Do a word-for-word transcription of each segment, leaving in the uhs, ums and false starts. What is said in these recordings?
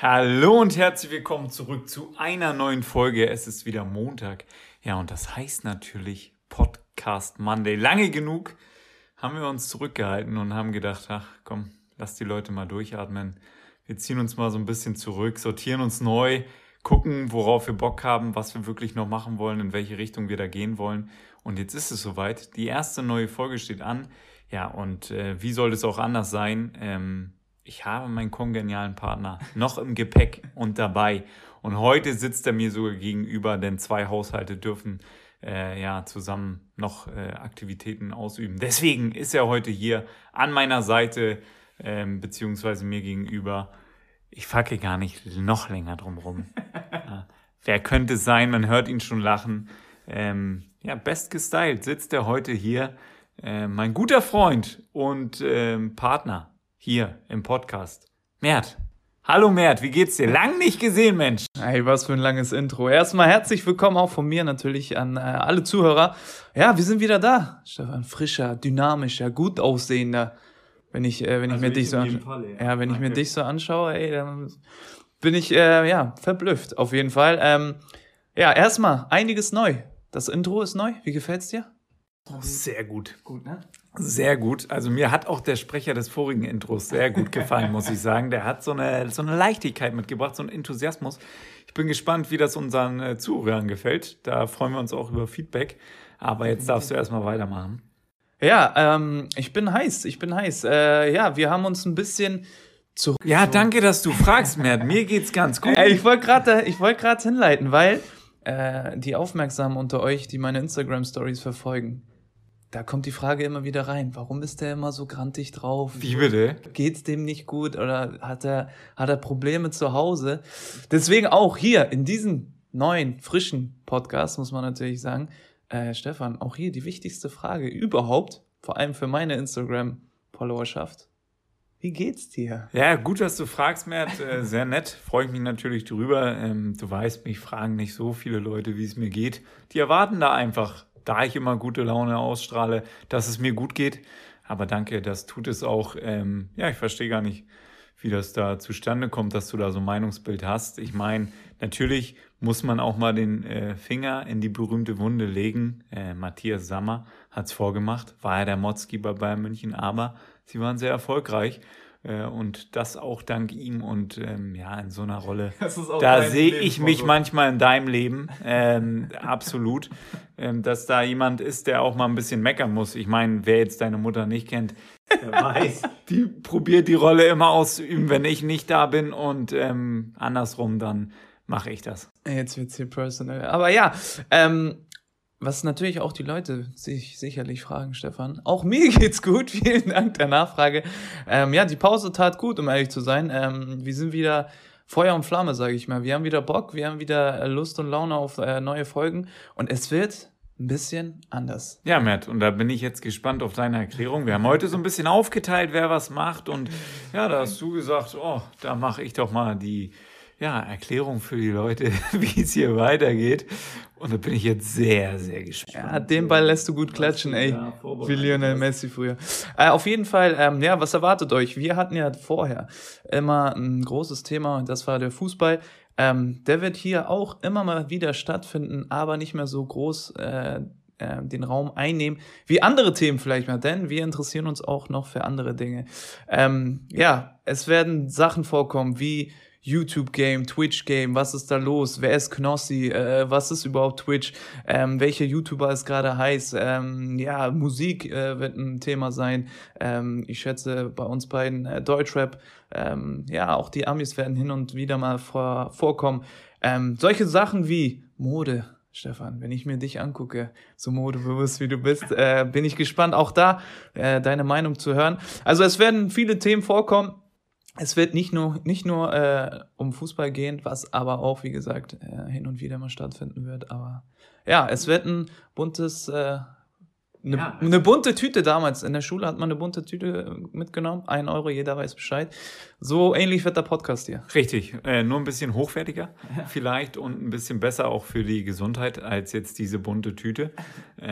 Hallo und herzlich willkommen zurück zu einer neuen Folge. Es ist wieder Montag. Ja, und das heißt natürlich Podcast Monday. Lange genug haben wir uns zurückgehalten und haben gedacht, ach komm, lass die Leute mal durchatmen. Wir ziehen uns mal so ein bisschen zurück, sortieren uns neu, gucken, worauf wir Bock haben, was wir wirklich noch machen wollen, in welche Richtung wir da gehen wollen. Und jetzt ist es soweit. Die erste neue Folge steht an. Ja, und äh, wie soll es auch anders sein? Ähm, ich habe meinen kongenialen Partner noch im Gepäck und dabei. Und heute sitzt er mir sogar gegenüber, denn zwei Haushalte dürfen äh, ja zusammen noch äh, Aktivitäten ausüben. Deswegen ist er heute hier an meiner Seite, ähm, beziehungsweise mir gegenüber. Ich facke gar nicht noch länger drum rum. Ja, wer könnte es sein? Man hört ihn schon lachen. Ähm, ja, best gestylt sitzt er heute hier. Äh, mein guter Freund und ähm, Partner hier im Podcast. Mert. Hallo Mert, wie geht's dir? Lang nicht gesehen, Mensch. Hey, was für ein langes Intro. Erstmal herzlich willkommen auch von mir natürlich an äh, alle Zuhörer. Ja, wir sind wieder da. Stefan, frischer, dynamischer, gut aussehender. Wenn ich, äh, wenn ich Also mir ich dich so in an- jedem Fall, ja. ja, wenn ich Danke. mir dich so anschaue, ey, dann bin ich äh, ja verblüfft auf jeden Fall. Ähm, ja, erstmal einiges neu. Das Intro ist neu. Wie gefällt's dir? Oh, sehr gut. Gut, ne? Sehr gut. Also mir hat auch der Sprecher des vorigen Intros sehr gut gefallen, muss ich sagen. Der hat so eine, so eine Leichtigkeit mitgebracht, so einen Enthusiasmus. Ich bin gespannt, wie das unseren äh, Zuhörern gefällt. Da freuen wir uns auch über Feedback. Aber jetzt darfst du erstmal weitermachen. Ja, ähm, ich bin heiß. Ich bin heiß. Äh, ja, wir haben uns ein bisschen zurück. Ja, danke, dass du fragst, Mert. Mir geht's ganz gut. Ey, ich wollte gerade ich wollte gerade hinleiten, weil äh, die Aufmerksamen unter euch, die meine Instagram-Stories verfolgen, da kommt die Frage immer wieder rein, warum ist der immer so grantig drauf? Wie bitte? Geht's dem nicht gut oder hat er, hat er Probleme zu Hause? Deswegen auch hier in diesem neuen, frischen Podcast, muss man natürlich sagen, äh, Stefan, auch hier die wichtigste Frage überhaupt, vor allem für meine Instagram-Followerschaft. Wie geht's dir? Ja, gut, dass du fragst, Mert. Äh, sehr nett. Freue ich mich natürlich drüber. Ähm, du weißt, mich fragen nicht so viele Leute, wie es mir geht. Die erwarten da einfach, da ich immer gute Laune ausstrahle, dass es mir gut geht. Aber danke, das tut es auch. Ähm, ja, ich verstehe gar nicht, wie das da zustande kommt, dass du da so ein Meinungsbild hast. Ich meine, natürlich muss man auch mal den äh, Finger in die berühmte Wunde legen. Äh, Matthias Sammer hat es vorgemacht, war ja der Motzki bei Bayern München, aber sie waren sehr erfolgreich. Äh, und das auch dank ihm und ähm, ja, in so einer Rolle. Das ist auch Da dein sehe ich Lebensmotto. mich manchmal in deinem Leben, ähm, absolut, ähm, dass da jemand ist, der auch mal ein bisschen meckern muss. Ich meine, wer jetzt deine Mutter nicht kennt, der weiß, die probiert die Rolle immer auszuüben, wenn ich nicht da bin und ähm, andersrum, dann mache ich das. Jetzt wird's hier personal. Aber ja, ähm, was natürlich auch die Leute sich sicherlich fragen, Stefan. Auch mir geht's gut, vielen Dank der Nachfrage. Ähm, ja, die Pause tat gut, um ehrlich zu sein. Ähm, wir sind wieder Feuer und Flamme, sage ich mal. Wir haben wieder Bock, wir haben wieder äh, Lust und Laune auf äh, neue Folgen. Und es wird ein bisschen anders. Ja, Matt, und da bin ich jetzt gespannt auf deine Erklärung. Wir haben heute so ein bisschen aufgeteilt, wer was macht und ja, da hast du gesagt, oh, da mache ich doch mal die ja, Erklärung für die Leute, wie es hier weitergeht. Und da bin ich jetzt sehr, sehr gespannt. Ja, den Ball lässt du gut klatschen, du ey. da vorbereitet Wie Lionel hast. Messi früher. Äh, auf jeden Fall, ähm, ja, was erwartet euch? Wir hatten ja vorher immer ein großes Thema und das war der Fußball. Ähm, der wird hier auch immer mal wieder stattfinden, aber nicht mehr so groß äh, äh, den Raum einnehmen wie andere Themen vielleicht mal, denn wir interessieren uns auch noch für andere Dinge. Ähm, ja, es werden Sachen vorkommen wie YouTube-Game, Twitch-Game, was ist da los? Wer ist Knossi? Äh, was ist überhaupt Twitch? Ähm, welcher YouTuber ist gerade heiß? Ähm, ja, Musik äh, wird ein Thema sein. Ähm, ich schätze bei uns beiden äh, Deutschrap. Ähm, ja, auch die Amis werden hin und wieder mal vor, vorkommen. Ähm, solche Sachen wie Mode. Stefan, wenn ich mir dich angucke, so modebewusst wie du bist, äh, bin ich gespannt, auch da äh, deine Meinung zu hören. Also es werden viele Themen vorkommen. Es wird nicht nur nicht nur äh, um Fußball gehen, was aber auch, wie gesagt, äh, hin und wieder mal stattfinden wird. Aber ja, es wird ein buntes, äh, eine Ja. eine bunte Tüte damals. In der Schule hat man eine bunte Tüte mitgenommen. Ein Euro, jeder weiß Bescheid. So ähnlich wird der Podcast hier. Richtig, äh, nur ein bisschen hochwertiger vielleicht und ein bisschen besser auch für die Gesundheit als jetzt diese bunte Tüte. Ähm,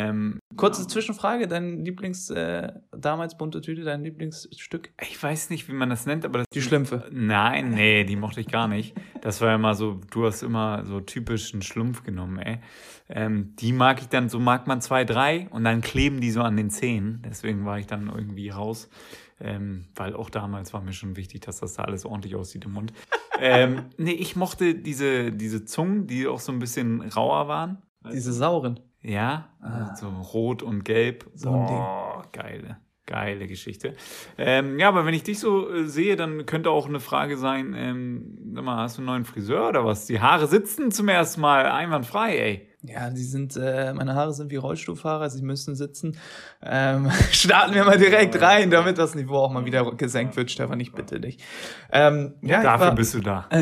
Kurze Zwischenfrage, dein Lieblings, äh, damals bunte Tüte, dein Lieblingsstück? Ich weiß nicht, wie man das nennt, aber das... Die Schlümpfe. Nein, nee, die mochte ich gar nicht. Das war ja immer so, du hast immer so typischen Schlumpf genommen, ey. Ähm, die mag ich dann, so mag man zwei, drei und dann kleben die so an den Zähnen. Deswegen war ich dann irgendwie raus. Ähm, weil auch damals war mir schon wichtig, dass das da alles ordentlich aussieht im Mund. ähm, nee, ich mochte diese, diese Zungen, die auch so ein bisschen rauer waren. Diese sauren. Ja, Ah. so rot und gelb. So ein Boah, geile, geile Geschichte. Ähm, ja, aber wenn ich dich so äh, sehe, dann könnte auch eine Frage sein, ähm, sag mal, hast du einen neuen Friseur oder was? Die Haare sitzen zum ersten Mal einwandfrei, ey. Ja, die sind, äh, meine Haare sind wie Rollstuhlfahrer, sie müssen sitzen. Ähm, starten wir mal direkt rein, damit das Niveau auch mal wieder gesenkt wird, Stefan, ich bitte dich. Ähm, ja, ich Dafür war, bist du da.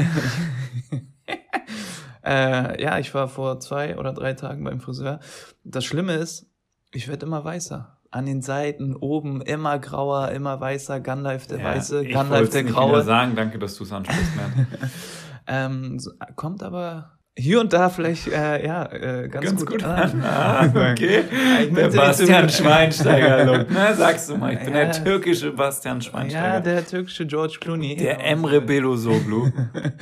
äh, ja, ich war vor zwei oder drei Tagen beim Friseur. Das Schlimme ist, ich werde immer weißer. An den Seiten, oben, immer grauer, immer weißer. Gandalf der Ja, Weiße, ich Gandalf wollt's der nicht Graue. wieder sagen, danke, dass du es ansprichst, Matt. Ähm, so, kommt aber hier und da vielleicht, äh, ja, äh, ganz, Ganz gut, gut an. Ah, okay. Ich Der möchte Bastian nicht so- Schweinsteiger-Look, ne? Sagst du mal, ich bin Ja. der türkische Bastian Schweinsteiger. Ja, der türkische George Clooney. der Emre Belözoğlu.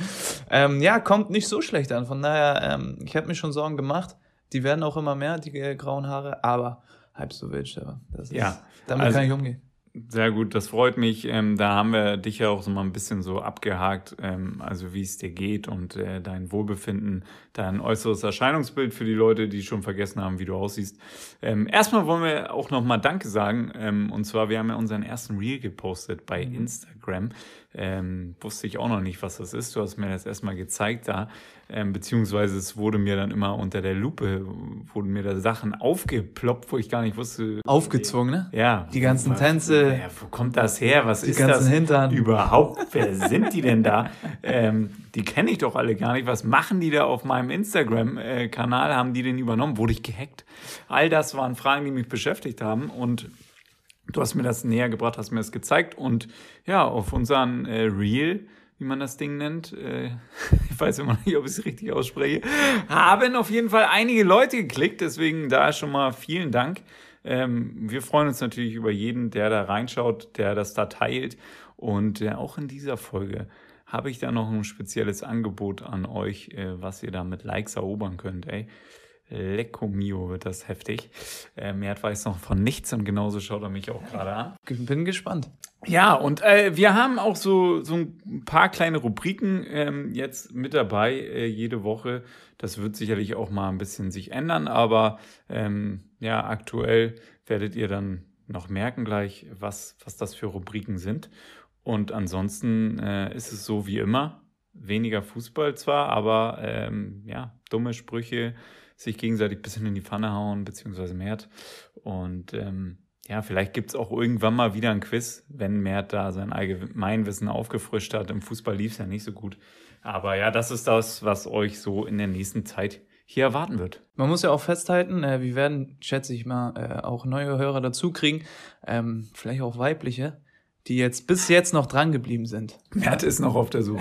Ähm, ja, kommt nicht so schlecht an. Von daher, ähm, ich habe mir schon Sorgen gemacht. Die werden auch immer mehr, die äh, grauen Haare, aber halb so wild, Stefan. Das ist, Ja, damit also- kann ich umgehen. Sehr gut, das freut mich. Ähm, da haben wir dich ja auch so mal ein bisschen so abgehakt, ähm, also wie es dir geht und äh, dein Wohlbefinden, dein äußeres Erscheinungsbild für die Leute, die schon vergessen haben, wie du aussiehst. Ähm, erstmal wollen wir auch nochmal Danke sagen. Ähm, und zwar, wir haben ja unseren ersten Reel gepostet bei Instagram. Ähm, wusste ich auch noch nicht, was das ist. Du hast mir das erstmal gezeigt da. Ähm, beziehungsweise es wurde mir dann immer unter der Lupe, wurden mir da Sachen aufgeploppt, wo ich gar nicht wusste. Aufgezwungen, ne? Ja. Die ganzen was- Tänze. Ja, wo kommt das her? Was Die ist ganzen das Hintern. überhaupt? Wer sind die denn da? Ähm, die kenne ich doch alle gar nicht. Was machen die da auf meinem Instagram-Kanal? Haben die den übernommen? Wurde ich gehackt? All das waren Fragen, die mich beschäftigt haben und du hast mir das näher gebracht, hast mir das gezeigt und ja, auf unseren äh, Reel, wie man das Ding nennt, äh, ich weiß immer noch nicht, ob ich es richtig ausspreche, haben auf jeden Fall einige Leute geklickt, deswegen da schon mal vielen Dank. Ähm, wir freuen uns natürlich über jeden, der da reinschaut, der das da teilt und äh, auch in dieser Folge habe ich da noch ein spezielles Angebot an euch, äh, was ihr da mit Likes erobern könnt, ey. Lecco mio wird das heftig. Äh, Mert weiß noch von nichts und genauso schaut er mich auch gerade an. Bin gespannt. Ja, und äh, wir haben auch so, so ein paar kleine Rubriken ähm, jetzt mit dabei, äh, jede Woche. Das wird sicherlich auch mal ein bisschen sich ändern, aber ähm, ja, aktuell werdet ihr dann noch merken gleich, was, was das für Rubriken sind. Und ansonsten äh, ist es so wie immer, weniger Fußball zwar, aber ähm, ja, dumme Sprüche, sich gegenseitig ein bisschen in die Pfanne hauen, beziehungsweise Mert. Und ähm, ja, vielleicht gibt es auch irgendwann mal wieder ein Quiz, wenn Mert da sein Allgemeinwissen aufgefrischt hat. Im Fußball lief es ja nicht so gut. Aber ja, das ist das, was euch so in der nächsten Zeit hier erwarten wird. Man muss ja auch festhalten, äh, wir werden, schätze ich mal, äh, auch neue Hörer dazu kriegen, ähm, vielleicht auch weibliche, die jetzt bis jetzt noch dran geblieben sind. Mert ist noch auf der Suche.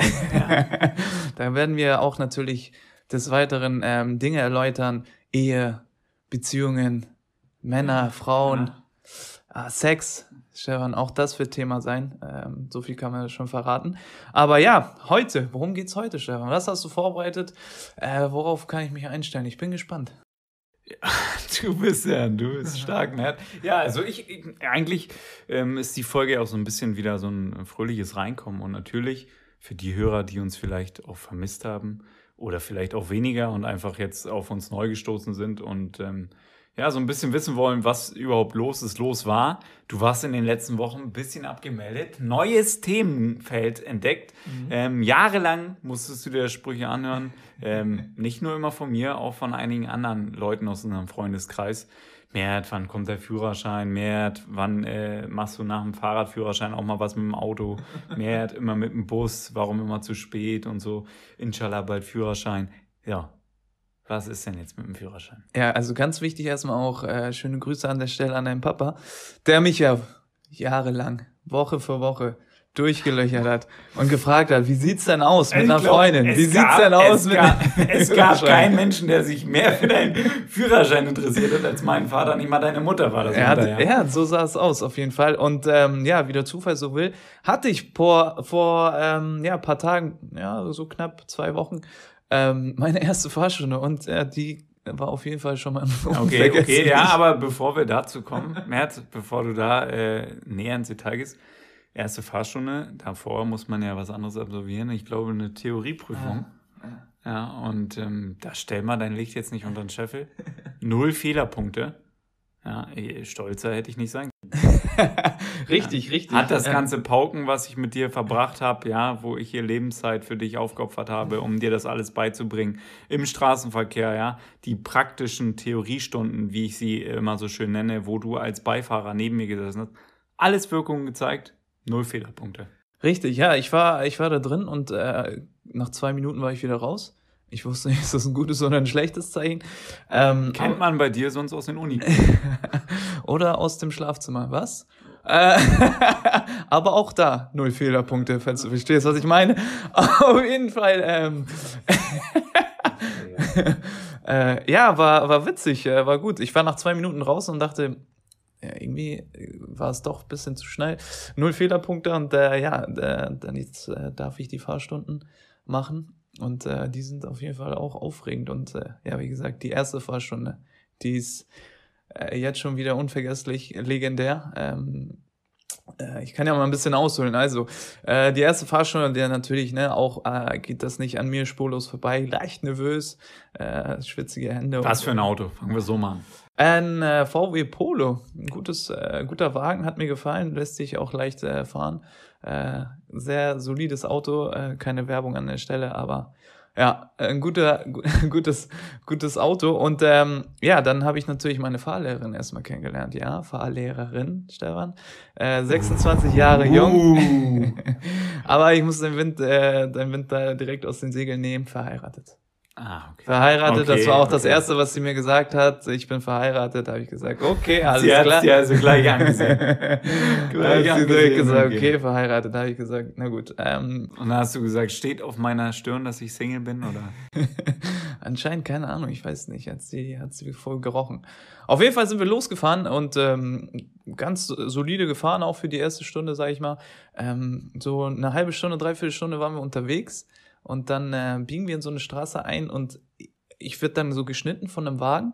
Da werden wir auch natürlich des Weiteren ähm, Dinge erläutern, Ehe, Beziehungen, Männer, Frauen, ah, Sex, Stefan, auch das wird Thema sein. Ähm, so viel kann man schon verraten. Aber ja, heute, worum geht's heute, Stefan? Was hast du vorbereitet? Äh, worauf kann ich mich einstellen? Ich bin gespannt. Du bist ja, du bist stark, Mert. Ja, also ich, ich eigentlich ähm, ist die Folge auch so ein bisschen wieder so ein fröhliches Reinkommen und natürlich für die Hörer, die uns vielleicht auch vermisst haben oder vielleicht auch weniger und einfach jetzt auf uns neu gestoßen sind und ähm, ja, so ein bisschen wissen wollen, was überhaupt los ist, los war. Du warst in den letzten Wochen ein bisschen abgemeldet, neues Themenfeld entdeckt. Mhm. Ähm, jahrelang musstest du dir Sprüche anhören, ähm, nicht nur immer von mir, auch von einigen anderen Leuten aus unserem Freundeskreis. Mert, wann kommt der Führerschein? Mert, wann äh, machst du nach dem Fahrradführerschein auch mal was mit dem Auto? Mert, immer mit dem Bus, warum immer zu spät und so. Inshallah bald Führerschein. Ja. Was ist denn jetzt mit dem Führerschein? Ja, also ganz wichtig erstmal auch äh, schöne Grüße an der Stelle an deinen Papa, der mich ja jahrelang, Woche für Woche durchgelöchert hat und gefragt hat, wie sieht's denn aus mit Ich einer glaub, Freundin? es Wie sieht's gab- denn aus es mit gab, Es gab Führerschein? keinen Menschen, der sich mehr für deinen Führerschein interessiert hat als mein Vater. Nicht mal deine Mutter war das. Er hat, hinterher. ja, so sah es aus, auf jeden Fall. Und ähm, ja, wie der Zufall so will, hatte ich vor, vor ähm, ja, ein paar Tagen, ja, so knapp zwei Wochen, ähm, meine erste Fahrstunde. Und äh, die war auf jeden Fall schon mal Okay, unvergesslich. okay, ja, aber bevor wir dazu kommen, Mert, bevor du da äh, näher ins Detail gehst, erste Fahrstunde, davor muss man ja was anderes absolvieren. Ich glaube, eine Theorieprüfung. Ja, und ähm, da stell mal dein Licht jetzt nicht unter den Scheffel. Null Fehlerpunkte. Ja, eh, stolzer hätte ich nicht sein können. Richtig, richtig. Hat das Ähm, ganze Pauken, was ich mit dir verbracht habe, ja, wo ich hier Lebenszeit für dich aufgeopfert habe, um dir das alles beizubringen, im Straßenverkehr, ja, die praktischen Theoriestunden, wie ich sie immer so schön nenne, wo du als Beifahrer neben mir gesessen hast, alles Wirkungen gezeigt, null Fehlerpunkte. Richtig, ja, ich war, ich war da drin und äh, nach zwei Minuten war ich wieder raus. Ich wusste nicht, ist das ein gutes oder ein schlechtes Zeichen. Ähm, Kennt man bei dir sonst aus den Uni. Oder aus dem Schlafzimmer, was? Äh, aber auch da null Fehlerpunkte, falls du verstehst, was ich meine. Auf jeden Fall, ähm, äh, ja, war, war witzig, äh, war gut. Ich war nach zwei Minuten raus und dachte, ja, irgendwie war es doch ein bisschen zu schnell. Null Fehlerpunkte und äh, ja, äh, dann jetzt äh, darf ich die Fahrstunden machen. Und äh, die sind auf jeden Fall auch aufregend. Und äh, ja, wie gesagt, die erste Fahrstunde, die ist äh, jetzt schon wieder unvergesslich, legendär. Ähm, äh, ich kann ja mal ein bisschen ausholen. Also, äh, die erste Fahrstunde, der natürlich, ne, auch äh, geht das nicht an mir spurlos vorbei. Leicht nervös, äh, schwitzige Hände. Was und, für ein Auto? Fangen wir so mal an. ein äh, V W Polo, ein gutes, äh, guter Wagen, hat mir gefallen, lässt sich auch leicht äh, fahren. Äh, sehr solides Auto, äh, keine Werbung an der Stelle, aber ja, ein guter, gu- gutes, gutes Auto. Und ähm, ja, dann habe ich natürlich meine Fahrlehrerin erstmal kennengelernt. Ja, Fahrlehrerin, Stefan. Äh, sechsundzwanzig Jahre jung. Uh. Aber ich muss den Wind, äh, den Wind da direkt aus den Segeln nehmen, verheiratet. Ah, okay. Verheiratet, das Okay, war auch das okay. Erste, was sie mir gesagt hat. Ich bin verheiratet, da habe ich gesagt, okay, alles Sie hat's klar. dir also gleich angesehen. Da Gleich hat sie direkt angesehen, gesagt, okay. okay, verheiratet, da habe ich gesagt, na gut. Ähm, Und dann hast du gesagt, steht auf meiner Stirn, dass ich Single bin, oder? anscheinend, keine Ahnung, ich weiß nicht, hat sie, hat sie voll gerochen. Auf jeden Fall sind wir losgefahren und ähm, ganz solide gefahren, auch für die erste Stunde, sag ich mal. Ähm, so eine halbe Stunde, dreiviertel Stunde waren wir unterwegs und dann äh, biegen wir in so eine Straße ein und ich werde dann so geschnitten von einem Wagen,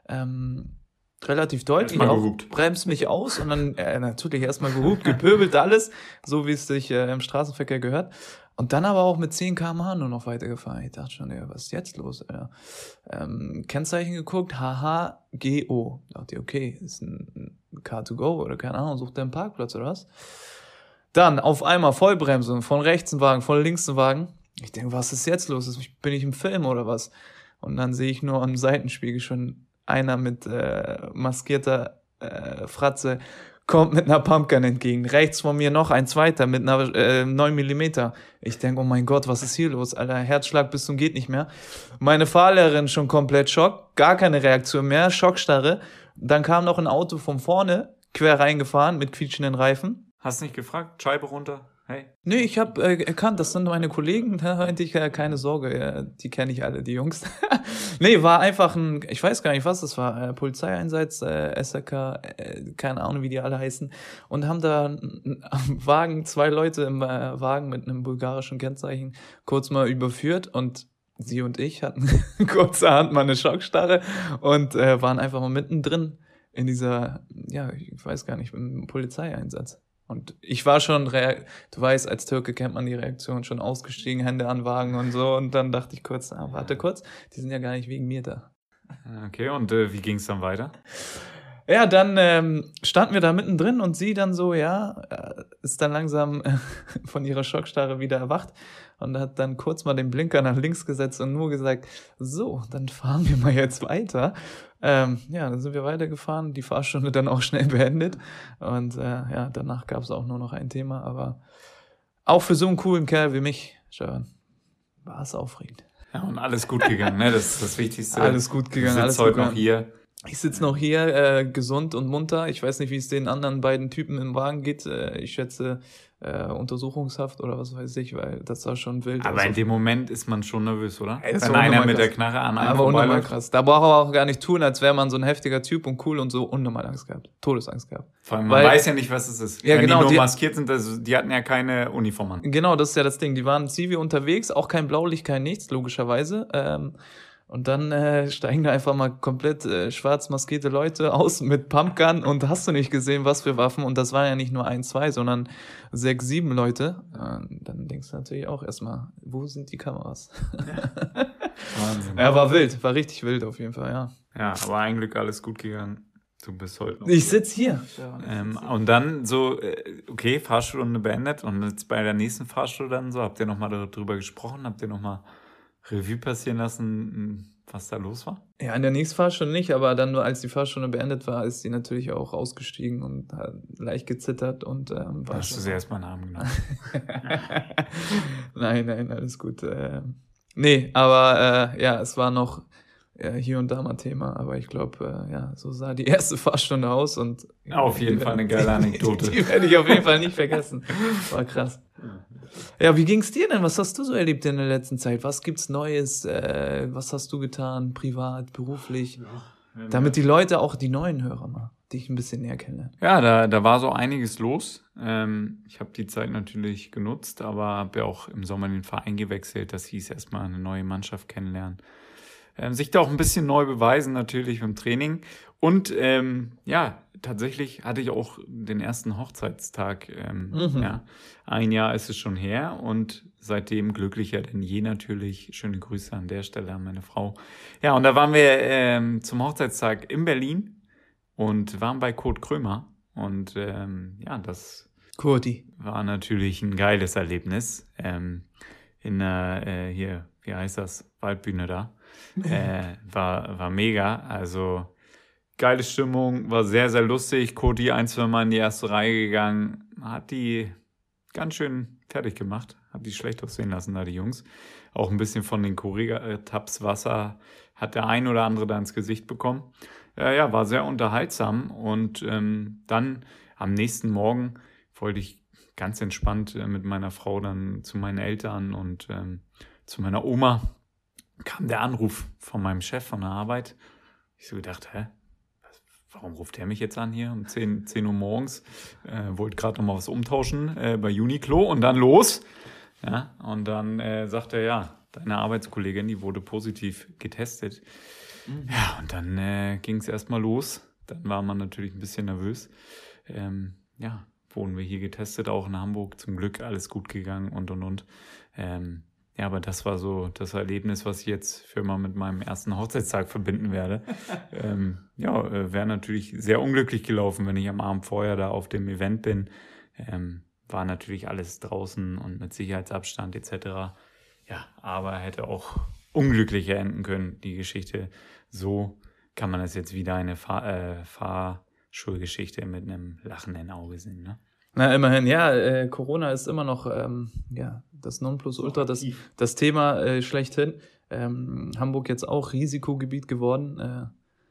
ähm, relativ deutlich, Erstmal auch gehupt. bremst mich aus und dann äh, natürlich erstmal gehupt, gepöbelt, alles, so wie es sich äh, im Straßenverkehr gehört. Und dann aber auch mit zehn Kilometer pro Stunde nur noch weitergefahren. Ich dachte schon, ja, was ist jetzt los, Alter? Ähm, Kennzeichen geguckt, H H G O. Ich dachte, okay, ist ein Car to go oder keine Ahnung, sucht der einen Parkplatz oder was? Dann auf einmal Vollbremsung, von rechts ein Wagen, von links ein Wagen. Ich denke, was ist jetzt los? Bin ich im Film oder was? Und dann sehe ich nur am Seitenspiegel schon einer mit äh, maskierter äh, Fratze kommt mit einer Pumpgun entgegen. Rechts von mir noch ein zweiter mit einer äh, neun Millimeter. Ich denke, oh mein Gott, was ist hier los? Alter, Herzschlag bis zum geht nicht mehr. Meine Fahrlehrerin schon komplett Schock, gar keine Reaktion mehr, Schockstarre. Dann kam noch ein Auto von vorne quer reingefahren mit quietschenden Reifen. Hast nicht gefragt? Scheibe runter? Hey. Nee, ich habe äh, erkannt, das sind meine Kollegen, da meinte ich, äh, keine Sorge, äh, die kenne ich alle, die Jungs. Nee, war einfach ein, ich weiß gar nicht, was das war, äh, Polizeieinsatz, äh, S R K, äh, keine Ahnung, wie die alle heißen, und haben da n- am Wagen, zwei Leute im äh, Wagen mit einem bulgarischen Kennzeichen kurz mal überführt und sie und ich hatten kurzerhand mal eine Schockstarre und äh, waren einfach mal mittendrin in dieser, ja, ich weiß gar nicht, im Polizeieinsatz. Und ich war schon, rea- du weißt, als Türke kennt man die Reaktion, schon ausgestiegen, Hände an Wagen und so. Und dann dachte ich kurz, ah, warte kurz, die sind ja gar nicht wegen mir da. Okay, und äh, wie ging es dann weiter? Ja, dann ähm, standen wir da mittendrin und sie dann so, ja, äh, ist dann langsam äh, von ihrer Schockstarre wieder erwacht und hat dann kurz mal den Blinker nach links gesetzt und nur gesagt, so, dann fahren wir mal jetzt weiter. Ähm, ja, dann sind wir weitergefahren, die Fahrstunde dann auch schnell beendet und äh, ja, danach gab es auch nur noch ein Thema, aber auch für so einen coolen Kerl wie mich, Stefan, war es aufregend. Ja, und alles gut gegangen, ne? Das ist das Wichtigste. Alles gut gegangen, Du alles sitzt heute gut noch gegangen. hier. Ich sitze noch hier, äh, gesund und munter. Ich weiß nicht, wie es den anderen beiden Typen im Wagen geht. Äh, ich schätze äh, Untersuchungshaft oder was weiß ich, weil das war schon wild. Aber also, in dem Moment ist man schon nervös, oder? Ey, das Wenn war einer unnormal mit der krass. Knarre an einem aber unnormal vorbeiläuft. krass. Da braucht er auch gar nicht tun, als wäre man so ein heftiger Typ und cool und so unnormal Angst gehabt. Todesangst gehabt. Vor allem, man Weil- weiß ja nicht, was es ist. Ja, Wenn genau, die nur die- maskiert sind, also, die hatten ja keine Uniform an. Genau, das ist ja das Ding. Die waren Zivi unterwegs, auch kein Blaulicht, kein nichts, logischerweise. Ähm, und dann äh, steigen da einfach mal komplett äh, schwarz maskierte Leute aus mit Pumpgun und hast du nicht gesehen, was für Waffen. Und das waren ja nicht nur ein, zwei, sondern sechs, sieben Leute. Äh, dann denkst du natürlich auch erstmal, wo sind die Kameras? Wahnsinn. Ja, war wild, war richtig wild auf jeden Fall, ja. Ja, aber ein Glück alles gut gegangen. Du bist heute noch. Ich sitz hier. Ähm, und dann so, äh, okay, Fahrstunde beendet und jetzt bei der nächsten Fahrstunde dann so, habt ihr nochmal darüber gesprochen, habt ihr nochmal Revue passieren lassen, was da los war? Ja, in der nächsten Fahrstunde nicht, aber dann nur als die Fahrstunde beendet war, ist sie natürlich auch ausgestiegen und hat leicht gezittert und ähm, war Hast du schon- sie erstmal einen Arm genommen? Nein, nein, alles gut. Äh, nee, aber äh, ja, es war noch äh, hier und da mal Thema, aber ich glaube, äh, ja, so sah die erste Fahrstunde aus und Auf jeden die Fall eine werde- geile Anekdote. Die werde ich auf jeden Fall nicht vergessen. War krass. Ja, wie ging's dir denn? Was hast du so erlebt in der letzten Zeit? Was gibt's Neues? Äh, was hast du getan? Privat, beruflich? Damit die Leute, auch die neuen Hörer mal, dich ein bisschen näher kennenlernen. Ja, da, da war so einiges los. Ähm, ich habe die Zeit natürlich genutzt, aber habe ja auch im Sommer den Verein gewechselt. Das hieß erstmal eine neue Mannschaft kennenlernen. Ähm, sich da auch ein bisschen neu beweisen natürlich beim Training. Und ähm, ja, tatsächlich hatte ich auch den ersten Hochzeitstag. Ähm, Mhm. ja, ein Jahr ist es schon her und seitdem glücklicher denn je natürlich. Schöne Grüße an der Stelle an meine Frau. Ja, und da waren wir ähm, zum Hochzeitstag in Berlin und waren bei Kurt Krömer. Und ähm, ja, das Kurti. war natürlich ein geiles Erlebnis. Ähm, in der, äh, hier, wie heißt das, Waldbühne da. Äh, war, war mega. Also geile Stimmung, war sehr, sehr lustig. Kurti ein, zwei Mal in die erste Reihe gegangen, hat die ganz schön fertig gemacht, hat die schlecht aussehen lassen da, die Jungs. Auch ein bisschen von den Correga-Tabs Wasser hat der ein oder andere da ins Gesicht bekommen. Ja, ja, war sehr unterhaltsam und ähm, dann am nächsten Morgen wollte ich ganz entspannt äh, mit meiner Frau dann zu meinen Eltern und ähm, zu meiner Oma. Kam der Anruf von meinem Chef von der Arbeit. Ich so gedacht, hä? Was, warum ruft der mich jetzt an hier um zehn, zehn Uhr morgens? Äh, wollte gerade noch mal was umtauschen äh, bei Uniqlo und dann los. Ja, und dann äh, sagt er, ja, deine Arbeitskollegin, die wurde positiv getestet. Ja, und dann äh, ging es erstmal los. Dann war man natürlich ein bisschen nervös. Ähm, ja, wurden wir hier getestet, auch in Hamburg. Zum Glück alles gut gegangen und, und, und. Ähm, ja, aber das war so das Erlebnis, was ich jetzt für mal mit meinem ersten Hochzeitstag verbinden werde. ähm, ja, äh, wäre natürlich sehr unglücklich gelaufen, wenn ich am Abend vorher da auf dem Event bin. Ähm, war natürlich alles draußen und mit Sicherheitsabstand et cetera. Ja, aber hätte auch unglücklicher enden können, die Geschichte. So kann man das jetzt wieder eine Fahr äh, Fahrschulgeschichte mit einem lachenden Auge sehen, ne? Na, immerhin, ja, äh, Corona ist immer noch ähm, ja, das Nonplusultra, das, das Thema äh, schlechthin. Ähm, Hamburg jetzt auch Risikogebiet geworden, äh,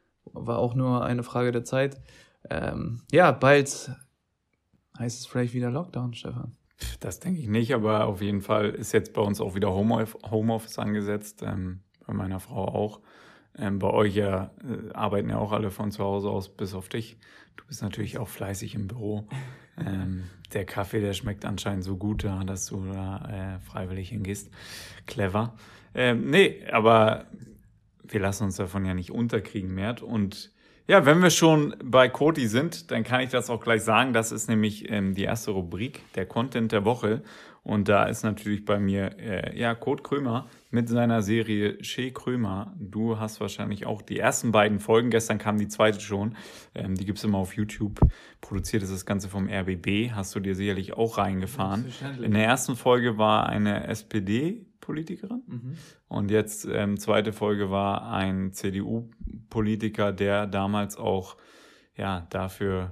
war auch nur eine Frage der Zeit. Ähm, ja, bald heißt es vielleicht wieder Lockdown, Stefan. Das denke ich nicht, aber auf jeden Fall ist jetzt bei uns auch wieder Homeoff- Homeoffice angesetzt, ähm, bei meiner Frau auch. Ähm, bei euch ja äh, arbeiten ja auch alle von zu Hause aus, bis auf dich. Du bist natürlich auch fleißig im Büro. Ähm, der Kaffee, der schmeckt anscheinend so gut, ja, dass du da äh, freiwillig hingehst. Clever. Ähm, nee, aber wir lassen uns davon ja nicht unterkriegen, Mert. Und ja, wenn wir schon bei Koti sind, dann kann ich das auch gleich sagen. Das ist nämlich ähm, die erste Rubrik, der Content der Woche. Und da ist natürlich bei mir, äh, ja, Kurt Krömer mit seiner Serie Chez Krömer. Du hast wahrscheinlich auch die ersten beiden Folgen, gestern kam die zweite schon, ähm, die gibt es immer auf YouTube. Produziert ist das Ganze vom R B B, hast du dir sicherlich auch reingefahren. In der ersten Folge war eine S P D-Politikerin Mhm. und jetzt ähm, zweite Folge war ein C D U-Politiker, der damals auch ja dafür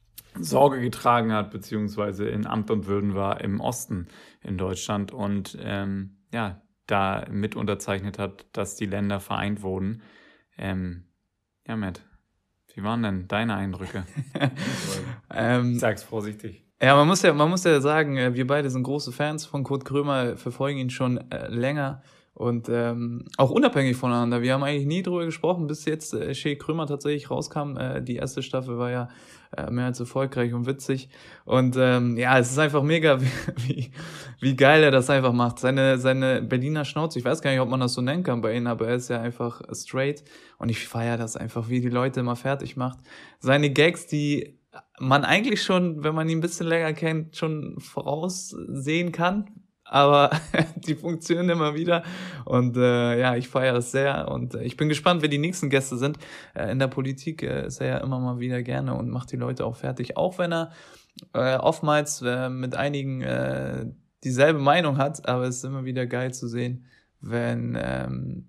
Sorge getragen hat, beziehungsweise in Amt und Würden war im Osten in Deutschland und ähm, ja, da mit unterzeichnet hat, dass die Länder vereint wurden. Ähm, ja, Matt, Wie waren denn deine Eindrücke? ähm, ich sag's vorsichtig. Ja, man muss ja, man muss ja sagen, wir beide sind große Fans von Kurt Krömer, verfolgen ihn schon äh, länger und ähm, auch unabhängig voneinander. Wir haben eigentlich nie drüber gesprochen, bis jetzt äh, Shea Krömer tatsächlich rauskam. Äh, die erste Staffel war ja äh, mehr als erfolgreich und witzig. Und ähm, ja, es ist einfach mega, wie, wie, wie geil er das einfach macht. Seine, seine Berliner Schnauze, ich weiß gar nicht, ob man das so nennen kann bei ihm, aber er ist ja einfach straight. Und ich feiere das einfach, wie die Leute immer fertig macht. Seine Gags, die man eigentlich schon, wenn man ihn ein bisschen länger kennt, schon voraussehen kann, aber die funktionieren immer wieder und äh, ja, ich feiere das sehr und äh, ich bin gespannt, wer die nächsten Gäste sind. Äh, in der Politik äh, ist er ja immer mal wieder gerne und macht die Leute auch fertig, auch wenn er äh, oftmals äh, mit einigen äh, dieselbe Meinung hat, aber es ist immer wieder geil zu sehen, wenn ähm,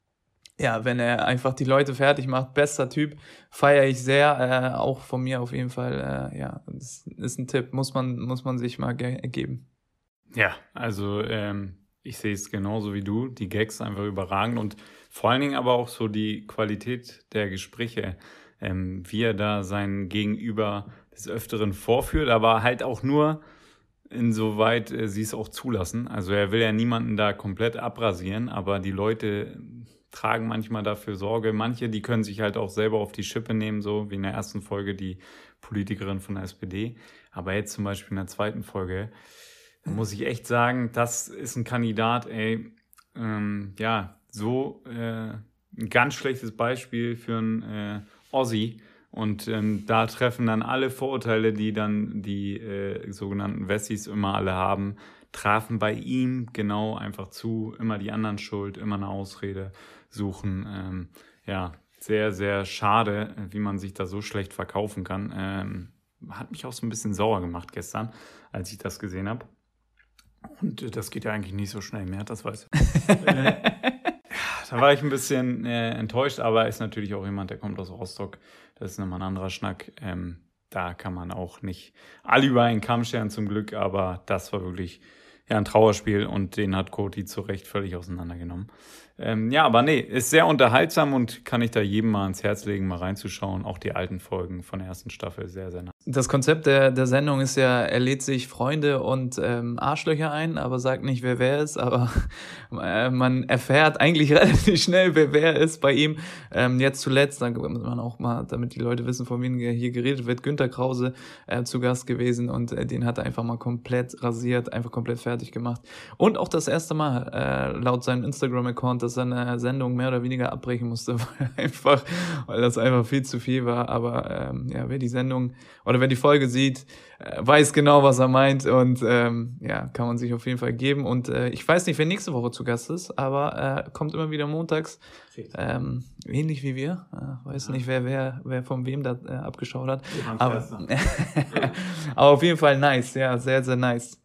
ja, wenn er einfach die Leute fertig macht, bester Typ, feiere ich sehr, äh, auch von mir auf jeden Fall, äh, ja, das ist ein Tipp, muss man, muss man sich mal ge- geben. Ja, also ähm, ich sehe es genauso wie du, die Gags einfach überragend und vor allen Dingen aber auch so die Qualität der Gespräche, ähm, wie er da sein Gegenüber des Öfteren vorführt, aber halt auch nur insoweit äh, sie es auch zulassen. Also er will ja niemanden da komplett abrasieren, aber die Leute tragen manchmal dafür Sorge. Manche, die können sich halt auch selber auf die Schippe nehmen, so wie in der ersten Folge die Politikerin von der S P D. Aber jetzt zum Beispiel in der zweiten Folge, da muss ich echt sagen, das ist ein Kandidat, ey, ähm, ja, so äh, ein ganz schlechtes Beispiel für einen äh, Ossi. Und ähm, da treffen dann alle Vorurteile, die dann die äh, sogenannten Wessis immer alle haben, trafen bei ihm genau einfach zu, immer die anderen schuld, immer eine Ausrede suchen. Ähm, ja, sehr, sehr schade, wie man sich da so schlecht verkaufen kann. Ähm, hat mich auch so ein bisschen sauer gemacht gestern, als ich das gesehen habe. Und äh, das geht ja eigentlich nicht so schnell mehr, das weiß ich. äh, da war ich ein bisschen äh, enttäuscht, aber ist natürlich auch jemand, der kommt aus Rostock. Das ist nochmal ein anderer Schnack. Ähm, da kann man auch nicht alle über einen Kamm scheren zum Glück, aber das war wirklich ja ein Trauerspiel und den hat Koti zu Recht völlig auseinandergenommen. Ähm, ja, aber nee, ist sehr unterhaltsam und kann ich da jedem mal ans Herz legen, mal reinzuschauen. Auch die alten Folgen von der ersten Staffel, sehr, sehr nah. Das Konzept der, der Sendung ist ja, er lädt sich Freunde und ähm, Arschlöcher ein, aber sagt nicht, wer wer ist, aber äh, man erfährt eigentlich relativ schnell, wer wer ist bei ihm. Ähm, jetzt zuletzt, da muss man auch mal, damit die Leute wissen, von wem hier geredet wird, Günter Krause äh, zu Gast gewesen und äh, den hat er einfach mal komplett rasiert, einfach komplett fertig gemacht. Und auch das erste Mal, äh, laut seinem Instagram-Account, dass er eine Sendung mehr oder weniger abbrechen musste, weil einfach, weil das einfach viel zu viel war. Aber ähm, ja, wer die Sendung oder wer die Folge sieht, äh, weiß genau, was er meint und ähm, ja, kann man sich auf jeden Fall geben. Und äh, ich weiß nicht, wer nächste Woche zu Gast ist, aber äh, kommt immer wieder montags, ähm, ähnlich wie wir. Äh, weiß ja. nicht, wer wer wer von wem da äh, abgeschaut hat. Aber, aber auf jeden Fall nice, ja, sehr, sehr nice.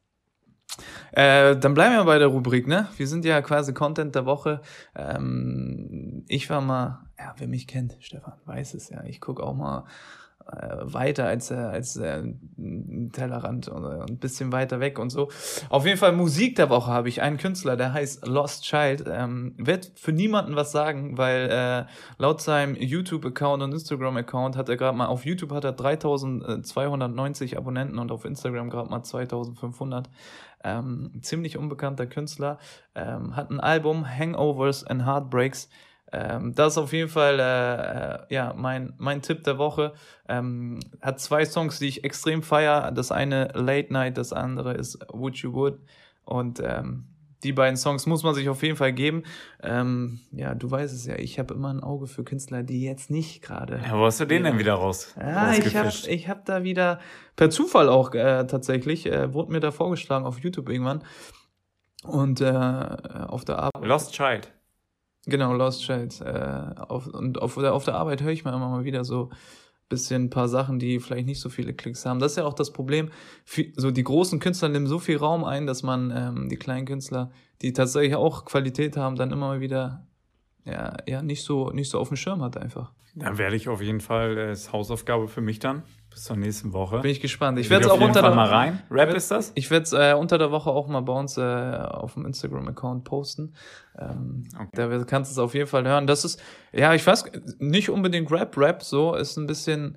Äh, dann bleiben wir bei der Rubrik, ne? Wir sind ja quasi Content der Woche. Ähm, ich war mal, ja, wer mich kennt, Stefan, weiß es ja. Ich gucke auch mal äh, weiter als, äh, als äh, Tellerrand und äh, ein bisschen weiter weg und so. Auf jeden Fall Musik der Woche habe ich einen Künstler, der heißt Lost Child. Ähm, wird für niemanden was sagen, weil äh, laut seinem YouTube-Account und Instagram-Account hat er gerade mal, auf YouTube hat er dreitausendzweihundertneunzig Abonnenten und auf Instagram gerade mal zweitausendfünfhundert. Ähm, ziemlich unbekannter Künstler, ähm, hat ein Album, Hangovers and Heartbreaks. Ähm, das ist auf jeden Fall äh, äh, ja, mein, mein Tipp der Woche. Ähm, hat zwei Songs, die ich extrem feiere. Das eine Late Night, das andere ist Would You Would. Und ähm, die beiden Songs muss man sich auf jeden Fall geben. Ähm, ja, du weißt es ja, ich habe immer ein Auge für Künstler, die jetzt nicht gerade... Ja, wo hast du den denn wieder raus? Ja, ich habe ich hab da wieder, per Zufall auch äh, tatsächlich, äh, wurde mir da vorgeschlagen auf YouTube irgendwann. Und äh, auf der Arbeit... Lost Child. Genau, Lost Child. Äh, auf, und auf der, auf der Arbeit höre ich mir immer mal wieder so bisschen ein paar Sachen, die vielleicht nicht so viele Klicks haben. Das ist ja auch das Problem. So die großen Künstler nehmen so viel Raum ein, dass man ähm, die kleinen Künstler, die tatsächlich auch Qualität haben, dann immer mal wieder ja, ja nicht, so, nicht so auf dem Schirm hat einfach. Dann werde ich auf jeden Fall, äh, das Hausaufgabe für mich dann, bis zur nächsten Woche. Bin ich gespannt. Ich Ich werde es auf auch jeden unter Fall der mal rein. Rap werd- ist das? Ich werde es äh, unter der Woche auch mal bei uns äh, auf dem Instagram-Account posten. Ähm, Okay. Da wird- kannst du es auf jeden Fall hören. Das ist, ja, ich weiß, nicht unbedingt Rap. Rap so ist ein bisschen,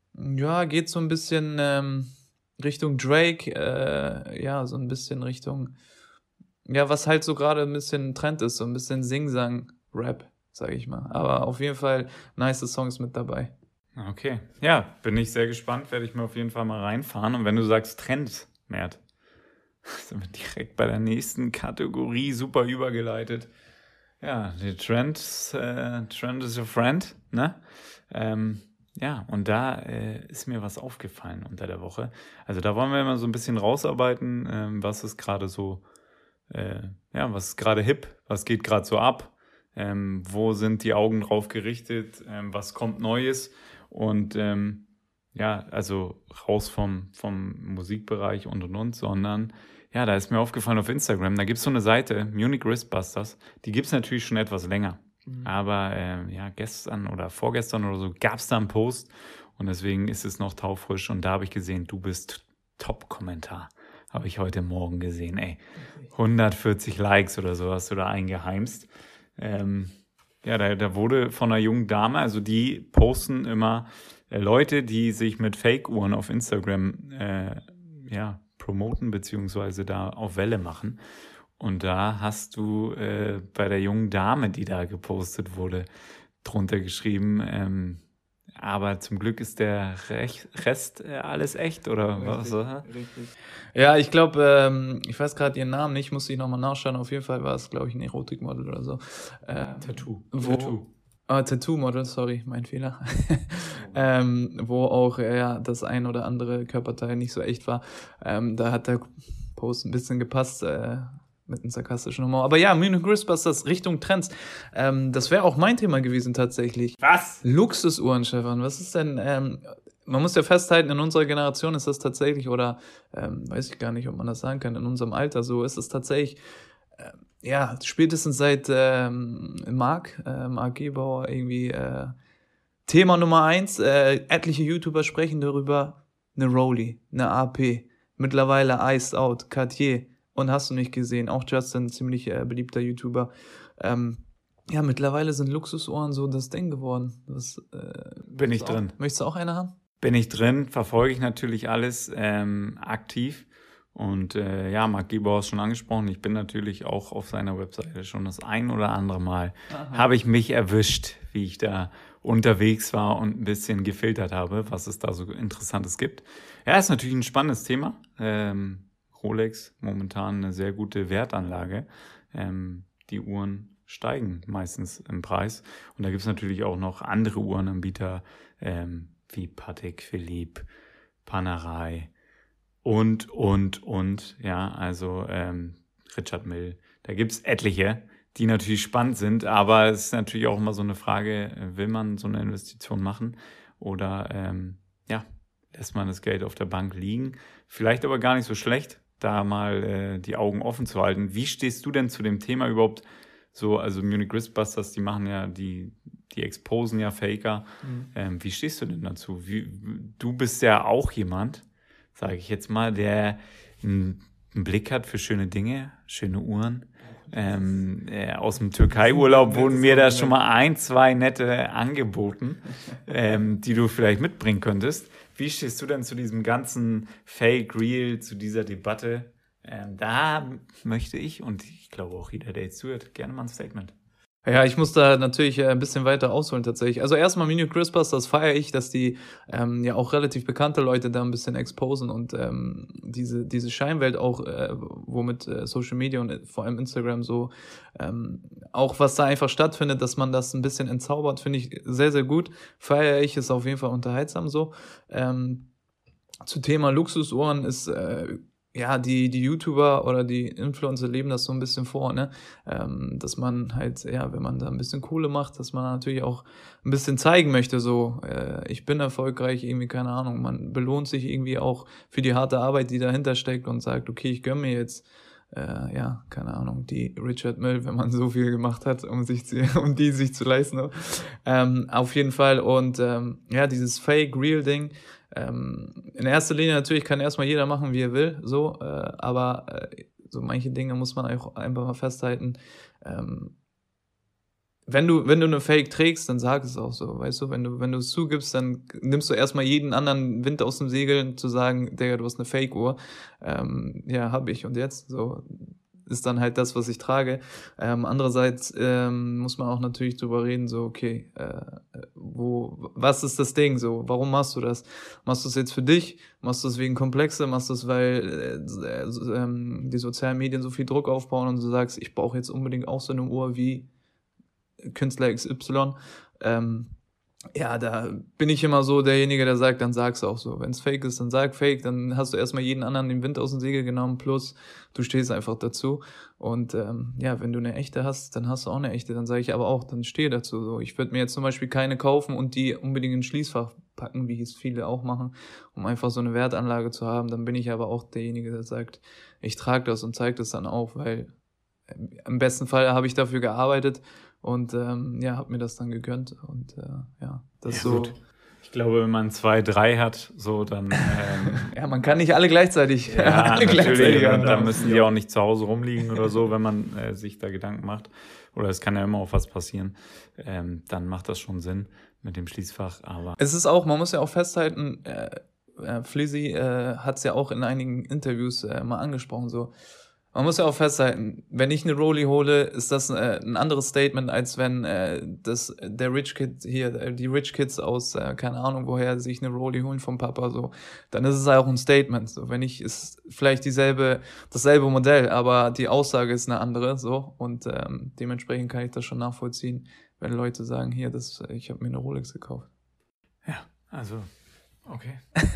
ja, geht so ein bisschen ähm, Richtung Drake, äh, ja, so ein bisschen Richtung, ja, was halt so gerade ein bisschen Trend ist, so ein bisschen Sing-Sang-Rap, sage ich mal. Aber auf jeden Fall nice Songs mit dabei. Okay. Ja, bin ich sehr gespannt. Werde ich mir auf jeden Fall mal reinfahren. Und wenn du sagst Trend, Mert, sind wir direkt bei der nächsten Kategorie super übergeleitet. Ja, die Trend, äh, Trend is your friend, ne? Ähm, ja, und da äh, ist mir was aufgefallen unter der Woche. Also da wollen wir immer so ein bisschen rausarbeiten, ähm, was ist gerade so, äh, ja, was ist gerade hip, was geht gerade so ab, ähm, wo sind die Augen drauf gerichtet, ähm, was kommt Neues und ähm, ja, also raus vom, vom Musikbereich und und und, sondern ja, da ist mir aufgefallen auf Instagram, da gibt es so eine Seite, Munich Wristbusters, die gibt es natürlich schon etwas länger. Aber ähm, ja, gestern oder vorgestern oder so gab es da einen Post und deswegen ist es noch taufrisch und da habe ich gesehen, du bist Top-Kommentar. Habe ich heute Morgen gesehen, ey. hundertvierzig Likes oder so hast du da eingeheimst. Ähm, ja, da, da wurde von einer jungen Dame, also die posten immer äh, Leute, die sich mit Fake-Uhren auf Instagram äh, ja, promoten, beziehungsweise da auf Welle machen. Und da hast du äh, bei der jungen Dame, die da gepostet wurde, drunter geschrieben, ähm, aber zum Glück ist der Rech Rest äh, alles echt, oder was? Richtig. Ja, ich glaube, ähm, ich weiß gerade ihren Namen nicht, muss ich nochmal nachschauen. Auf jeden Fall war es, glaube ich, ein Erotikmodel oder so. Äh, Tattoo. Wo, Tattoo. Ah, Tattoo-Model, sorry, mein Fehler. ähm, wo auch äh, ja, das ein oder andere Körperteil nicht so echt war. Ähm, da hat der Post ein bisschen gepasst, äh, mit einem sarkastischen Humor. Aber ja, Munich Wristbusters Richtung Trends. Ähm, das wäre auch mein Thema gewesen tatsächlich. Was? Luxusuhren, Stefan, was ist denn, ähm, man muss ja festhalten, in unserer Generation ist das tatsächlich, oder ähm, weiß ich gar nicht, ob man das sagen kann, in unserem Alter so ist es tatsächlich, äh, ja, spätestens seit ähm, Marc, äh, Marc Gebauer irgendwie äh, Thema Nummer eins, äh, etliche YouTuber sprechen darüber, eine Rollie, eine A P, mittlerweile Iced Out, Cartier und hast du nicht gesehen, auch Justin, ziemlich äh, beliebter YouTuber, ähm, ja, mittlerweile sind Luxusohren so das Ding geworden. Das, äh, Bin ich möchtest du drin. Auch, möchtest du auch eine haben? Bin ich drin, verfolge ich natürlich alles ähm, aktiv. Und äh, ja, Marc Gebauer ist schon angesprochen. Ich bin natürlich auch auf seiner Webseite schon das ein oder andere Mal habe ich mich erwischt, wie ich da unterwegs war und ein bisschen gefiltert habe, was es da so Interessantes gibt. Ja, ist natürlich ein spannendes Thema. Ähm, Rolex momentan eine sehr gute Wertanlage. Ähm, die Uhren steigen meistens im Preis. Und da gibt es natürlich auch noch andere Uhrenanbieter, ähm, wie Patek Philippe, Panerai und, und, und, ja, also ähm, Richard Mille. Da gibt es etliche, die natürlich spannend sind, aber es ist natürlich auch immer so eine Frage, will man so eine Investition machen oder ähm, ja, lässt man das Geld auf der Bank liegen? Vielleicht aber gar nicht so schlecht, da mal äh, die Augen offen zu halten. Wie stehst du denn zu dem Thema überhaupt? So, also Munich Wristbusters, die machen ja, die, die exposen ja Faker. Mhm. Ähm, wie stehst du denn dazu? Wie, du bist ja auch jemand, sage ich jetzt mal, der einen, einen Blick hat für schöne Dinge, schöne Uhren. Ähm, äh, aus dem Türkei-Urlaub wurden mir da schon mal ein, zwei nette angeboten, ähm, die du vielleicht mitbringen könntest. Wie stehst du denn zu diesem ganzen Fake, Real, zu dieser Debatte? Ähm, da möchte ich, und ich glaube auch jeder, der jetzt zuhört, gerne mal ein Statement. Ja, ich muss da natürlich ein bisschen weiter ausholen tatsächlich. Also erstmal Munich Wristbusters feiere ich, dass die ähm, ja auch relativ bekannte Leute da ein bisschen exposen und ähm, diese, diese Scheinwelt auch, äh, womit äh, Social Media und vor allem Instagram so, ähm, auch was da einfach stattfindet, dass man das ein bisschen entzaubert, finde ich sehr, sehr gut. Feiere ich, ist auf jeden Fall unterhaltsam so. Ähm, zu Thema Luxusuhren ist äh, ja, die, die YouTuber oder die Influencer leben das so ein bisschen vor, ne? Ähm, dass man halt, ja, wenn man da ein bisschen Kohle macht, dass man natürlich auch ein bisschen zeigen möchte, so, äh, ich bin erfolgreich, irgendwie, keine Ahnung, man belohnt sich irgendwie auch für die harte Arbeit, die dahinter steckt und sagt, okay, ich gönne mir jetzt äh, ja, keine Ahnung, die Richard Mille, wenn man so viel gemacht hat, um sich zu, um die sich zu leisten. Ähm, auf jeden Fall. Und ähm, ja, dieses Fake-Real-Ding, ähm, in erster Linie natürlich kann erstmal jeder machen, wie er will, so, äh, aber äh, so manche Dinge muss man auch einfach mal festhalten. Ähm, wenn du, wenn du eine Fake trägst, dann sag es auch so, weißt du, wenn du, wenn du es zugibst, dann nimmst du erstmal jeden anderen Wind aus dem Segel, zu sagen, Digga, du hast eine Fake-Uhr. Ähm, ja, hab ich. Und jetzt? So ist dann halt das, was ich trage. Ähm, andererseits ähm, muss man auch natürlich drüber reden, so, okay, äh, wo, was ist das Ding, so, warum machst du das? Machst du es jetzt für dich? Machst du es wegen Komplexe? Machst du es, weil äh, äh, die sozialen Medien so viel Druck aufbauen und du sagst, ich brauche jetzt unbedingt auch so eine Uhr wie Künstler X Y, ähm, ja, da bin ich immer so derjenige, der sagt, dann sag's auch so. Wenn es fake ist, dann sag fake, dann hast du erstmal jeden anderen den Wind aus dem Segel genommen, plus du stehst einfach dazu. Und ähm, ja, wenn du eine echte hast, dann hast du auch eine echte. Dann sage ich aber auch, dann stehe dazu. So, ich würde mir jetzt zum Beispiel keine kaufen und die unbedingt in ein Schließfach packen, wie es viele auch machen, um einfach so eine Wertanlage zu haben. Dann bin ich aber auch derjenige, der sagt, ich trage das und zeige das dann auch, weil äh, im besten Fall habe ich dafür gearbeitet. Und ähm, ja, hab mir das dann gegönnt. Und äh, ja, das ja, so. Gut. Ich glaube, wenn man zwei, drei hat, so dann. Ähm, ja, man kann nicht alle gleichzeitig. Ja, alle natürlich. gleichzeitig Da, da müssen die auch nicht zu Hause rumliegen oder so, wenn man äh, sich da Gedanken macht. Oder es kann ja immer auch was passieren. Ähm, dann macht das schon Sinn mit dem Schließfach. Aber es ist auch, man muss ja auch festhalten, äh, äh, Flizzy äh, hat es ja auch in einigen Interviews äh, mal angesprochen, so. Man muss ja auch festhalten, wenn ich eine Rollie hole, ist das äh, ein anderes Statement, als wenn äh, das, der Rich Kid hier, äh, die Rich Kids aus, äh, keine Ahnung woher, sich eine Rollie holen vom Papa, so. Dann ist es auch ein Statement, so. Wenn ich, ist vielleicht dieselbe, dasselbe Modell, aber die Aussage ist eine andere, so. Und ähm, dementsprechend kann ich das schon nachvollziehen, wenn Leute sagen, hier, das, ich habe mir eine Rolex gekauft. Ja, also, okay.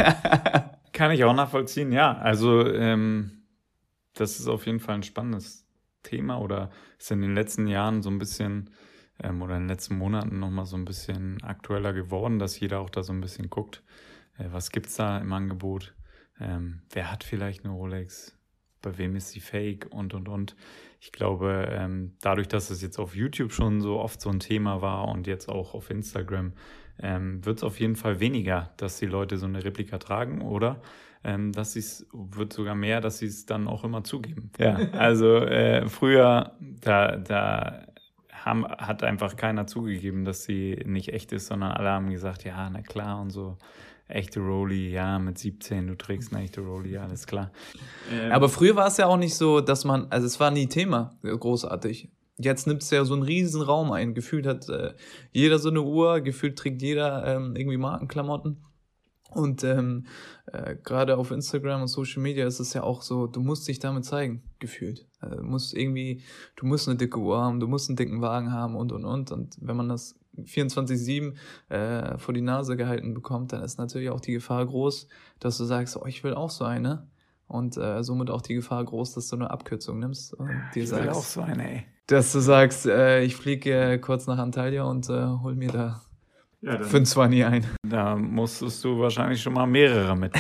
Kann ich auch nachvollziehen, ja. Also, ähm, das ist auf jeden Fall ein spannendes Thema oder ist in den letzten Jahren so ein bisschen ähm, oder in den letzten Monaten nochmal so ein bisschen aktueller geworden, dass jeder auch da so ein bisschen guckt, äh, was gibt's da im Angebot, ähm, wer hat vielleicht eine Rolex, bei wem ist sie fake und und und. Ich glaube, ähm, dadurch, dass es jetzt auf YouTube schon so oft so ein Thema war und jetzt auch auf Instagram, ähm, wird es auf jeden Fall weniger, dass die Leute so eine Replika tragen, oder? Ähm, dass sie es wird sogar mehr, dass sie es dann auch immer zugeben. Ja, also äh, früher, da, da haben, hat einfach keiner zugegeben, dass sie nicht echt ist, sondern alle haben gesagt, ja, na klar und so. Echte Rollie, ja, mit siebzehn, du trägst eine echte Rollie, alles klar. Ähm. Aber früher war es ja auch nicht so, dass man, also es war nie Thema, großartig. Jetzt nimmt es ja so einen riesen Raum ein. Gefühlt hat äh, jeder so eine Uhr, gefühlt trägt jeder ähm, irgendwie Markenklamotten. Und ähm, äh, gerade auf Instagram und Social Media ist es ja auch so, du musst dich damit zeigen, gefühlt. Also, du musst irgendwie, du musst eine dicke Uhr haben, du musst einen dicken Wagen haben und, und, und. Und wenn man das vierundzwanzig sieben äh, vor die Nase gehalten bekommt, dann ist natürlich auch die Gefahr groß, dass du sagst, oh, ich will auch so eine. Und äh, somit auch die Gefahr groß, dass du eine Abkürzung nimmst. Und dir ich sagst, will auch so eine, ey. Dass du sagst, äh, ich fliege äh, kurz nach Antalya und äh, hol mir da ja, für zwanzig ein. Da musstest du wahrscheinlich schon mal mehrere mit.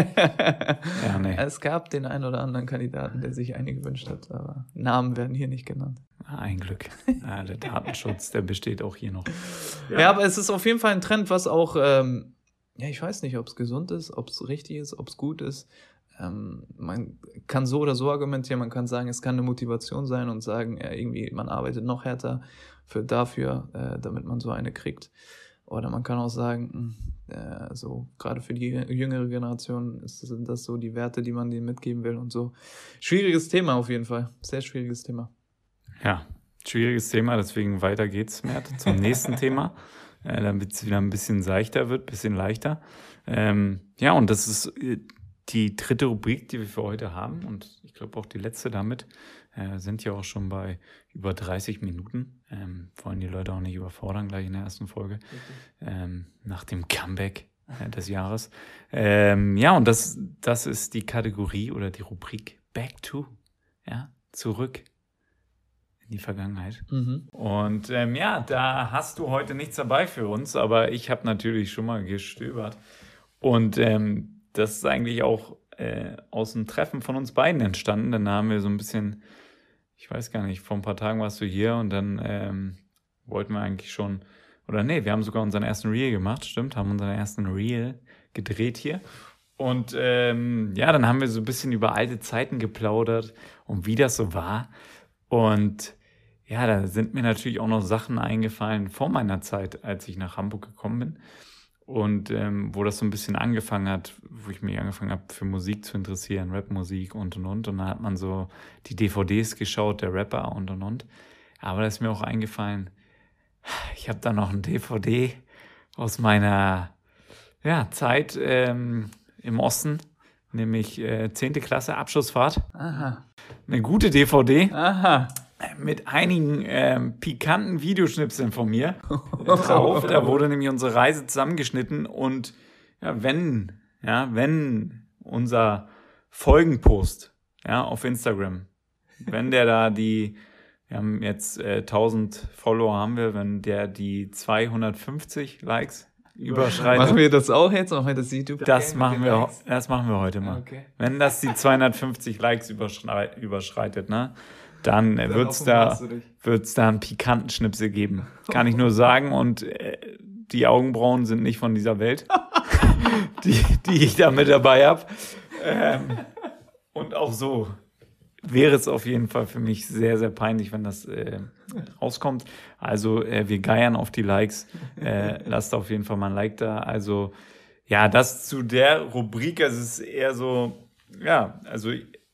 ja, nee. Es gab den einen oder anderen Kandidaten, der sich eine gewünscht hat, aber Namen werden hier nicht genannt. Ein Glück. Ja, der Datenschutz, der besteht auch hier noch. Ja, ja, aber es ist auf jeden Fall ein Trend, was auch, ähm, ja, ich weiß nicht, ob es gesund ist, ob es richtig ist, ob es gut ist. Ähm, man kann so oder so argumentieren, man kann sagen, es kann eine Motivation sein und sagen, ja, irgendwie, man arbeitet noch härter für dafür, äh, damit man so eine kriegt. Oder man kann auch sagen, äh, so gerade für die jüngere Generation ist, sind das so die Werte, die man denen mitgeben will und so. Schwieriges Thema auf jeden Fall, sehr schwieriges Thema. Ja, schwieriges Thema, deswegen weiter geht's, Mert, zum nächsten Thema, äh, damit es wieder ein bisschen seichter wird, ein bisschen leichter. Ähm, ja, und das ist die dritte Rubrik, die wir für heute haben und ich glaube auch die letzte damit. Äh, sind ja auch schon bei über dreißig Minuten. Ähm, wollen die Leute auch nicht überfordern, gleich in der ersten Folge. Ähm, nach dem Comeback äh, des Jahres. Ähm, ja, und das, das ist die Kategorie oder die Rubrik Back to. Ja, zurück in die Vergangenheit. Mhm. Und ähm, ja, da hast du heute nichts dabei für uns, aber ich habe natürlich schon mal gestöbert. Und ähm, das ist eigentlich auch äh, aus einem Treffen von uns beiden entstanden. Dann haben wir so ein bisschen, ich weiß gar nicht, vor ein paar Tagen warst du hier und dann ähm, wollten wir eigentlich schon, oder nee, wir haben sogar unseren ersten Reel gemacht, stimmt, haben unseren ersten Reel gedreht hier. Und ähm, ja, dann haben wir so ein bisschen über alte Zeiten geplaudert und wie das so war. Und ja, da sind mir natürlich auch noch Sachen eingefallen vor meiner Zeit, als ich nach Hamburg gekommen bin. Und ähm, wo das so ein bisschen angefangen hat, wo ich mich angefangen habe, für Musik zu interessieren, Rapmusik und und und. Und da hat man so die D V Ds geschaut, der Rapper und und und. Aber da ist mir auch eingefallen, ich habe da noch ein D V D aus meiner ja, Zeit ähm, im Osten, nämlich äh, zehnte Klasse Abschlussfahrt. Aha. Eine gute D V D. Aha. Mit einigen ähm, pikanten Videoschnipseln von mir drauf. Da wurde nämlich unsere Reise zusammengeschnitten und ja, wenn, ja, wenn unser Folgenpost ja, auf Instagram, wenn der da die, wir haben jetzt äh, tausend Follower haben wir, wenn der die zweihundertfünfzig Likes überschreitet. Machen wir das auch jetzt? Machen wir das YouTube? Das machen wir, das machen wir heute mal. Okay. Wenn das die zweihundertfünfzig Likes überschrei- überschreitet, ne? Dann äh, wird es da, wird's da einen pikanten Schnipsel geben. Kann ich nur sagen. Und äh, die Augenbrauen sind nicht von dieser Welt, die, die ich da mit dabei habe. Ähm, und auch so wäre es auf jeden Fall für mich sehr, sehr peinlich, wenn das äh, rauskommt. Also äh, wir geiern auf die Likes. Äh, lasst auf jeden Fall mal ein Like da. Also ja, das zu der Rubrik. Also es ist eher so, ja, also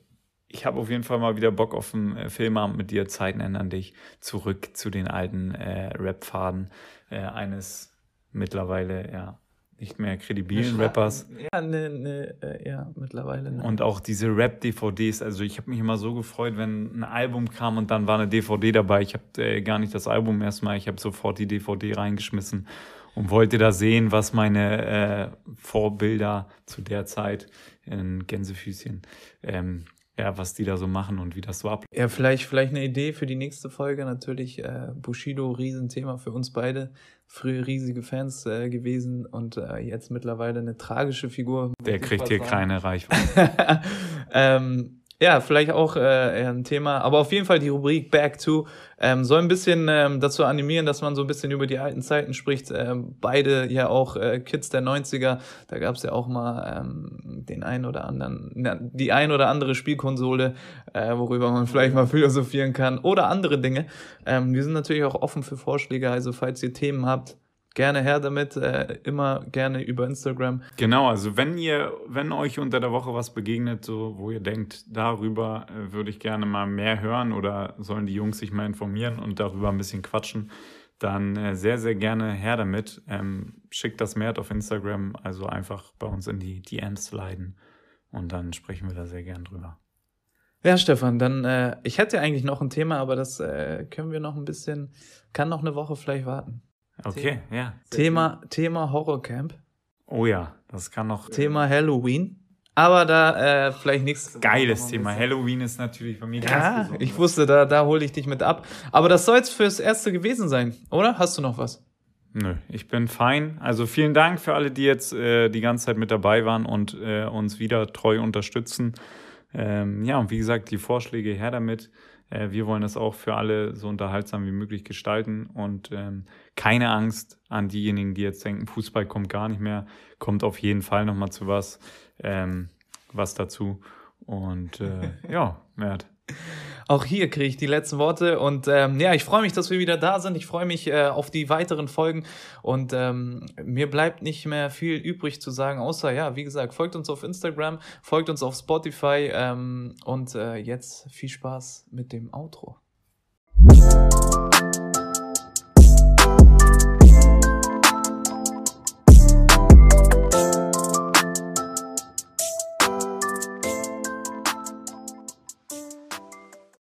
ich habe auf jeden Fall mal wieder Bock auf einen äh, Filmabend mit dir. Zeiten ändern dich. Zurück zu den alten äh, Rap-Pfaden äh, eines mittlerweile, ja, nicht mehr kredibilen Rappers. Ja, ne, ne, äh, ja, mittlerweile. Ne. Und auch diese Rap-D V Ds. Also ich habe mich immer so gefreut, wenn ein Album kam und dann war eine D V D dabei. Ich habe äh, gar nicht das Album erstmal, ich habe sofort die D V D reingeschmissen und wollte da sehen, was meine äh, Vorbilder zu der Zeit in Gänsefüßchen ähm, ja, was die da so machen und wie das so abläuft. Ja, vielleicht, vielleicht eine Idee für die nächste Folge. Natürlich äh, Bushido, Riesenthema für uns beide. Früher riesige Fans äh, gewesen und äh, jetzt mittlerweile eine tragische Figur. Der kriegt hier keine Reichweite. ähm, ja, vielleicht auch äh, ein Thema, aber auf jeden Fall die Rubrik Back to ähm, soll ein bisschen ähm, dazu animieren, dass man so ein bisschen über die alten Zeiten spricht. Ähm, beide ja auch äh, Kids der neunziger, da gab es ja auch mal ähm, den ein oder anderen, na, die ein oder andere Spielkonsole, äh, worüber man vielleicht mal philosophieren kann oder andere Dinge. Ähm, wir sind natürlich auch offen für Vorschläge, also falls ihr Themen habt, gerne her damit, äh, immer gerne über Instagram. Genau, also wenn ihr, wenn euch unter der Woche was begegnet, so wo ihr denkt, darüber äh, würde ich gerne mal mehr hören oder sollen die Jungs sich mal informieren und darüber ein bisschen quatschen, dann äh, sehr, sehr gerne her damit. Ähm, schickt das Mert auf Instagram, also einfach bei uns in die D Ms sliden und dann sprechen wir da sehr gern drüber. Ja, Stefan, dann, äh, ich hätte eigentlich noch ein Thema, aber das äh, können wir noch ein bisschen, kann noch eine Woche vielleicht warten. Okay, Thema. ja. Thema, Thema Horrorcamp. Oh ja, das kann noch. Thema Halloween. Aber da äh, vielleicht nichts. Geiles Thema. Halloween ist natürlich bei mir ganz Ja, besonders. ich wusste, da, da hole ich dich mit ab. Aber das soll es fürs Erste gewesen sein, oder? Hast du noch was? Nö, ich bin fein. Also vielen Dank für alle, die jetzt äh, die ganze Zeit mit dabei waren und äh, uns wieder treu unterstützen. Ähm, ja, und wie gesagt, die Vorschläge her damit. Äh, wir wollen das auch für alle so unterhaltsam wie möglich gestalten und ähm, keine Angst an diejenigen, die jetzt denken, Fußball kommt gar nicht mehr, kommt auf jeden Fall nochmal zu was, ähm, was dazu. Und äh, ja, Mert. Auch hier kriege ich die letzten Worte und ähm, ja, ich freue mich, dass wir wieder da sind. Ich freue mich äh, auf die weiteren Folgen und ähm, mir bleibt nicht mehr viel übrig zu sagen, außer, ja, wie gesagt, folgt uns auf Instagram, folgt uns auf Spotify ähm, und äh, jetzt viel Spaß mit dem Outro.